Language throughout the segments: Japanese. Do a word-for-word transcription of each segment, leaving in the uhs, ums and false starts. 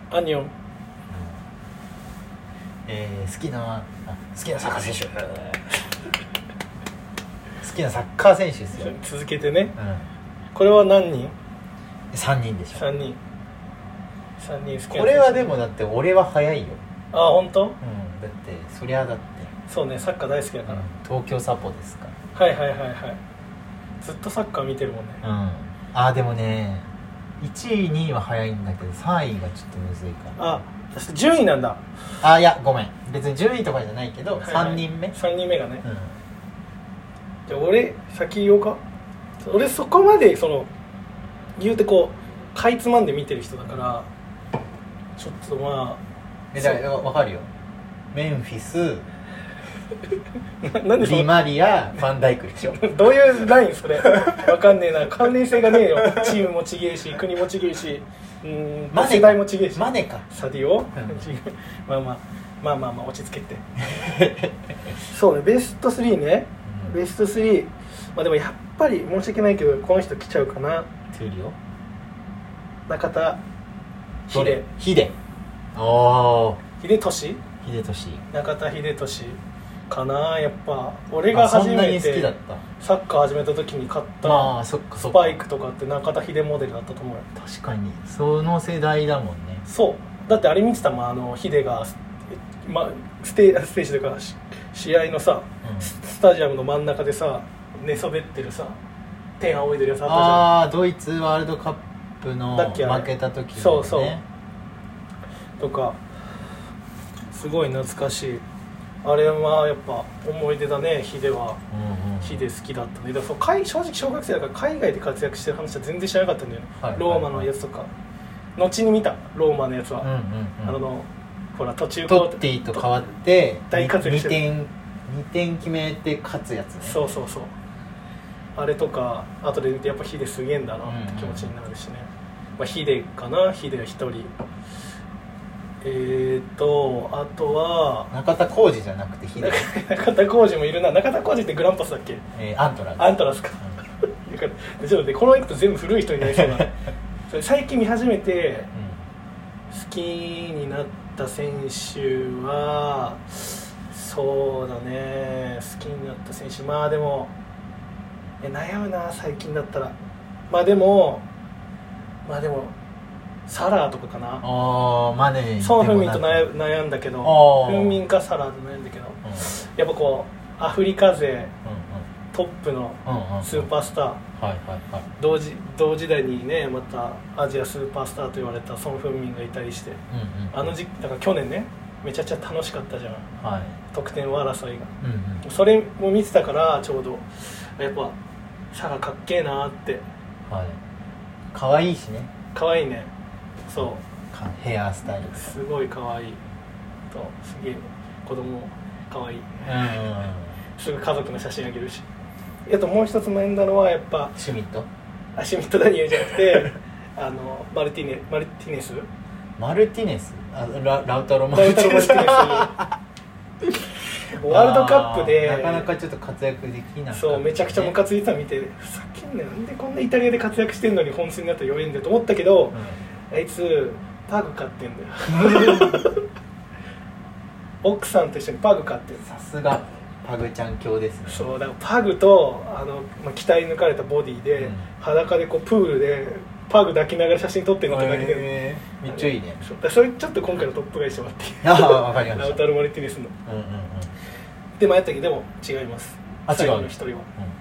アニョン、うんえー、好きなあ好きなサッカー選手好きなサッカー選手ですよ。 続けてね、 うん、 これは何人？ さんにんでしょ。 さんにんさんにん好きな選手。 これはでもだって俺は早いよ。 あ、本当？うん、 だってそりゃだってそうね、サッカー大好きだから、うん、 東京サポですから。はいはいはいはい。ずっとサッカー見てるもんね。 うん。あでもねいちいにいは早いんだけどさんいがちょっとむずいから。あ、順位なんだ。 あいやごめん別に順位とかじゃないけど、はいはい、さんにんめさんにんめがね、 うん、 じゃあ俺先言おうか。俺そこまでその言うてこうかいつまんで見てる人だからちょっとまあえだから分かるよ。メンフィスななんでディマリアファンダイクでしょどういうラインそれ分かんねえな。関連性がねえよ。チームもちげえし国もちげえし、うーんマネ世代もちげえし。 マネかサディオ、うん、まあまあまあまあまあ落ち着けてそうね、ベストスリーね、うん、ベストスリー、まあでもやっぱり申し訳ないけどこの人来ちゃうかな。 トゥーリオ中田秀秀お秀俊秀俊中田秀俊かな。やっぱ俺が初めてサッカー始めた時に買ったスパイクとかって中田秀モデルだったと思うよ。 確かにその世代だもんね。 そうだってあれ見てたもん、あの秀が、ま、ステー、ステージとか試合のさ、うん、スタジアムの真ん中でさ寝そべってるさ天仰いでるやつあったじゃん。 ああドイツワールドカップの負けた時、ね、 そうそうとかすごい懐かしい。あれはやっぱ思い出だね。ヒデは、うんうん、ヒデ好きだったね。だからそう正直小学生だから海外で活躍してる話は全然知らなかったんだよね、はいはいはい、ローマのやつとか後に見たローマのやつは、うんうんうん、あのほら途中トッティと変わって大活躍してるにてん, にてん決めて勝つやつね。 そうそうそう、あれとか後で見てやっぱヒデすげえんだなって気持ちになるしね、うんうんまあ、ヒデかな。ヒデは一人えーとあとは中田浩二じゃなくてヒデ中田浩二もいるな。中田浩二ってグランパスだっけ、 えー、アントラスアントラスか、うん、ちょっとねこのエクト全部古い人になりそうなそれ最近見始めて好きになった選手はそうだね。好きになった選手まあでもえ悩むな最近だったら。まあでもまあでもサラーとかかな。 あマネーソン・フンミンと悩悩んだけどフンミンかサラーと悩んだけど、うん、やっぱこうアフリカ勢、うんうん、トップのスーパースター、 はいはいはい、 同時同時代にねまたアジアスーパースターと言われたソン・フンミンがいたりして、うんうん、あの時だから去年ねめちゃくちゃ楽しかったじゃん、はい、得点王争いが、うんうん、それも見てたからちょうどやっぱサラかっけえなって、 はい、かわいいしね。 かわいいね。そうヘアスタイルすごいかわいいとすげえ子供かわいい、うんうんうん、すぐ家族の写真あげるし。あともう一つ悩んだのはやっぱシュミットあシュミットダニエルじゃなくてあのマルティネマルティネスマルティネスあ ラ, ラウタロマルティネスワールドカップでなかなかちょっと活躍できなかった、ね、 そうめちゃくちゃムカついてたの見てふざけんなよなんでこんなイタリアで活躍してんのに本戦になったら弱いんだよと思ったけど、うん、あいつパグ飼ってんだよ奥さんと一緒にパグ飼ってる。 さすがパグちゃん教ですね。 そうだからパグとあの、まあ、鍛え抜かれたボディで、うん、裸でこうプールでパグ抱きながら写真撮ってるのとだけで、 えー、めっちゃいいね。 そうだそれちょっと今回のトップ買いしてもらっていいああ分かりました。 ラウタロ・マルティネスの、うんうんうん、で迷ったけどでも違います。 あ最後の一人は、うん、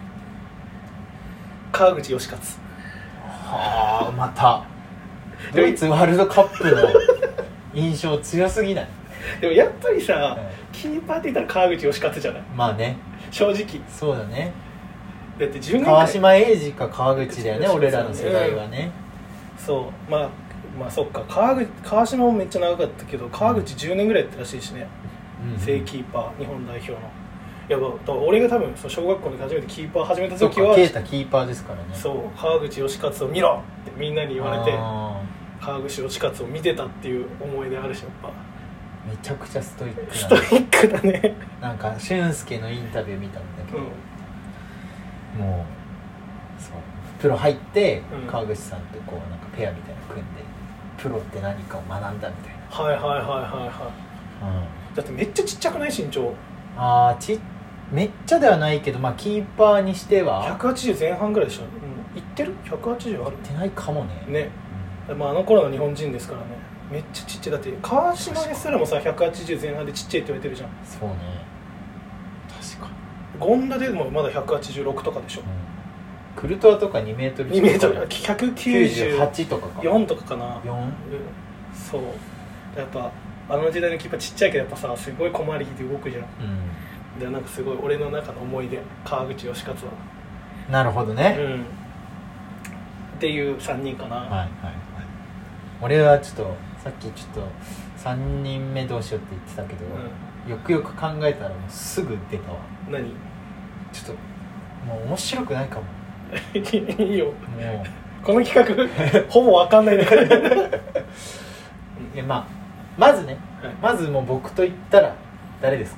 川口義勝。 はあまたドイツワールドカップの印象強すぎないでもやっぱりさ、うん、キーパーって言ったら川口義勝じゃない。 まあね正直そうだね。 だってじゅうねん川島英二か川口だよね俺らの世代はね、 うん、そうまあまあそっか 川, 口川島もめっちゃ長かったけど川口じゅうねんぐらいやったらしいしね、うん、正キーパー日本代表の。いやだから俺が多分その小学校で初めてキーパー始めた時は啓太キーパーですからね。 そう川口義勝を見ろってみんなに言われて川口義勝を見てたっていう思い出あるしやっぱめちゃくちゃストイックなストイックだねなんか俊介のインタビュー見たんだけど、うん、もうそうプロ入って、うん、川口さんとこうなんかペアみたいなの組んでプロって何かを学んだみたいな。 はいはいはいはいはい、 うん、 だってめっちゃちっちゃくない身長。 あーちめっちゃではないけど、まあ、キーパーにしてはひゃくはちじゅう前半ぐらいでしょ、うん、いってる ?ひゃくはちじゅう あるってないかもね。 ね、まあ、あの頃の日本人ですからね。めっちゃちっちゃい。だって川島ですらもさひゃくはちじゅう前半でちっちゃいって言われてるじゃん。 そうね、確かに。 権田でもまだひゃくはちじゅうろくとかでしょ、うん、 クルトワとかにメートルにメートルひゃくきゅうじゅうはちとかかよんとかかな。 よん、うん、 そうやっぱあの時代のキーパーちっちゃいけどやっぱさすごい小回り引いて動くじゃん、うん、でなんかすごい俺の中の思い出川口義勝は。 なるほどね、 うん、っていうさんにんかな。はいはいはい。 俺はちょっとさっきちょっとさんにんめどうしようって言ってたけど、うん、よくよく考えたらもうすぐ出たわ。 何？ ちょっともう面白くないかも。 いいよ。もうこの企画ほぼ分かんないね。 いや、まあまずね、はい、まずもう僕と言ったら誰ですか？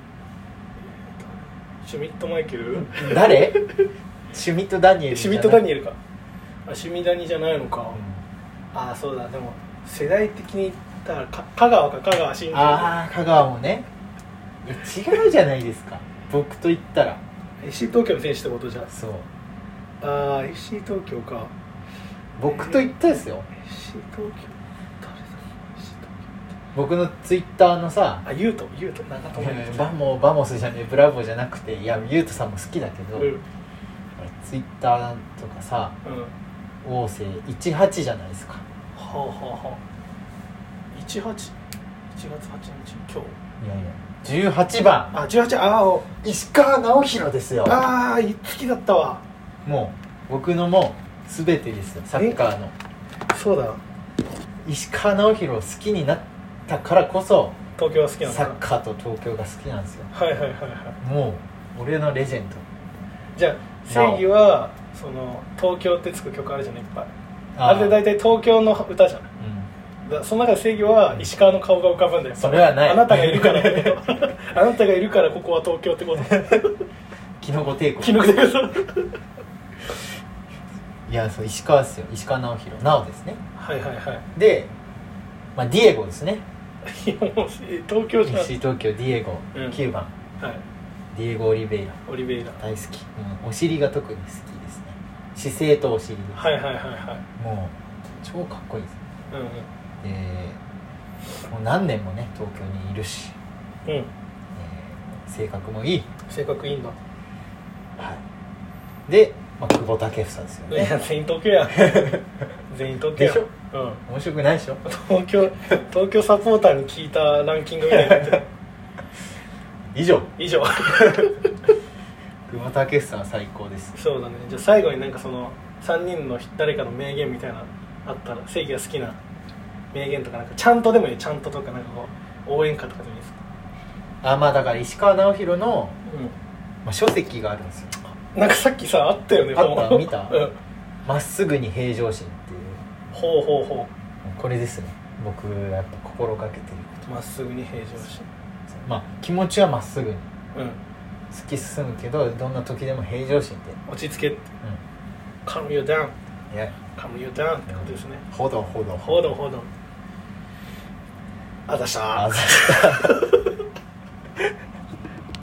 シュミット・マイケル？ 誰？シュミット・ダニエル。 シュミット・ダニエルか。あ、シュミダニじゃないのか、うん、ああそうだ。でも世代的に言ったらか香川か香川真司。 ああ香川もね。いや違うじゃないですか。僕と言ったらエフシー 東京の選手ってことじゃん。 そう。 ああ エフシー 東京か。 僕と言ったですよ、 えー、エフシー 東京誰だろう。 エフシー 東京僕のツイッターのさ、 あユートユート長友ね、バモバモスじゃねえブラボーじゃなくて、いやユートさんも好きだけど、うん、ツイッターとかさ、うん、王政いちはちじゃないですか。 はあはあはあ。いちはち、いちがつはちにち今日。 いやいやじゅうはちばん。 あじゅうはち、ああ石川直弘ですよ。 ああ好きだったわ。 もう僕のもう全てですよ、サッカーの。 そうだ、 石川直弘を好きになったからこそ東京が好きなんだ。 サッカーと東京が好きなんですよ。 はいはいはいはい。 もう俺のレジェンド。 じゃあ正義はその東京ってつく曲あるじゃんいっぱい。 あ, あれで大体東京の歌じゃん、うん、だその中で正義は石川の顔が浮かぶんだよ。 それはない。 あなたがいるからあなたがいるからここは東京ってこと。 キノコ帝国。 キノコ帝国。 いやそう石川ですよ、石川直弘。直ですね。 はいはいはい。 で、まあ、ディエゴですね。 東京じゃん。 エフシー 東京ディエゴ、うん、きゅうばん、はい、ディエゴ・オリベイラ。 オリベイラ大好き、うん、お尻が特に好きですね。姿勢とお尻です。 はいはいはいはい。 もう超かっこいいです。 うんうん。 でもう何年もね東京にいるし、うん、えー、性格もいい。 性格いいんだ。はい。 で、まあ、久保建英ですよね。 いや全員東京や。全員東京や。 でしょ。うん。面白くないでしょ。 東京東京サポーターに聞いたランキングみたいになってる。 以上以上。 久保建英は最高です。 そうだね。じゃあ最後になんかそのさんにんの誰かの名言みたいなあったら、正義が好きな名言とかなんかちゃんとでもいい、ちゃんととかなんかこう応援歌とかでもいいですか。 あ、まあだから石川直弘の、うん、まあ、書籍があるんですよ。 なんかさっきさあったよね。 あった見た？ うん。 まっすぐに平常心っていう。 ほうほうほう。これですね。僕やっぱ心がけてること。 まっすぐに平常心。 まあ気持ちはまっすぐに。 うん。 突き進むけどどんな時でも平常心で落ち着けって。うん。calm you down。いや。calm you down ってことですね。 ほどほどほどほど。あざした。 あざした。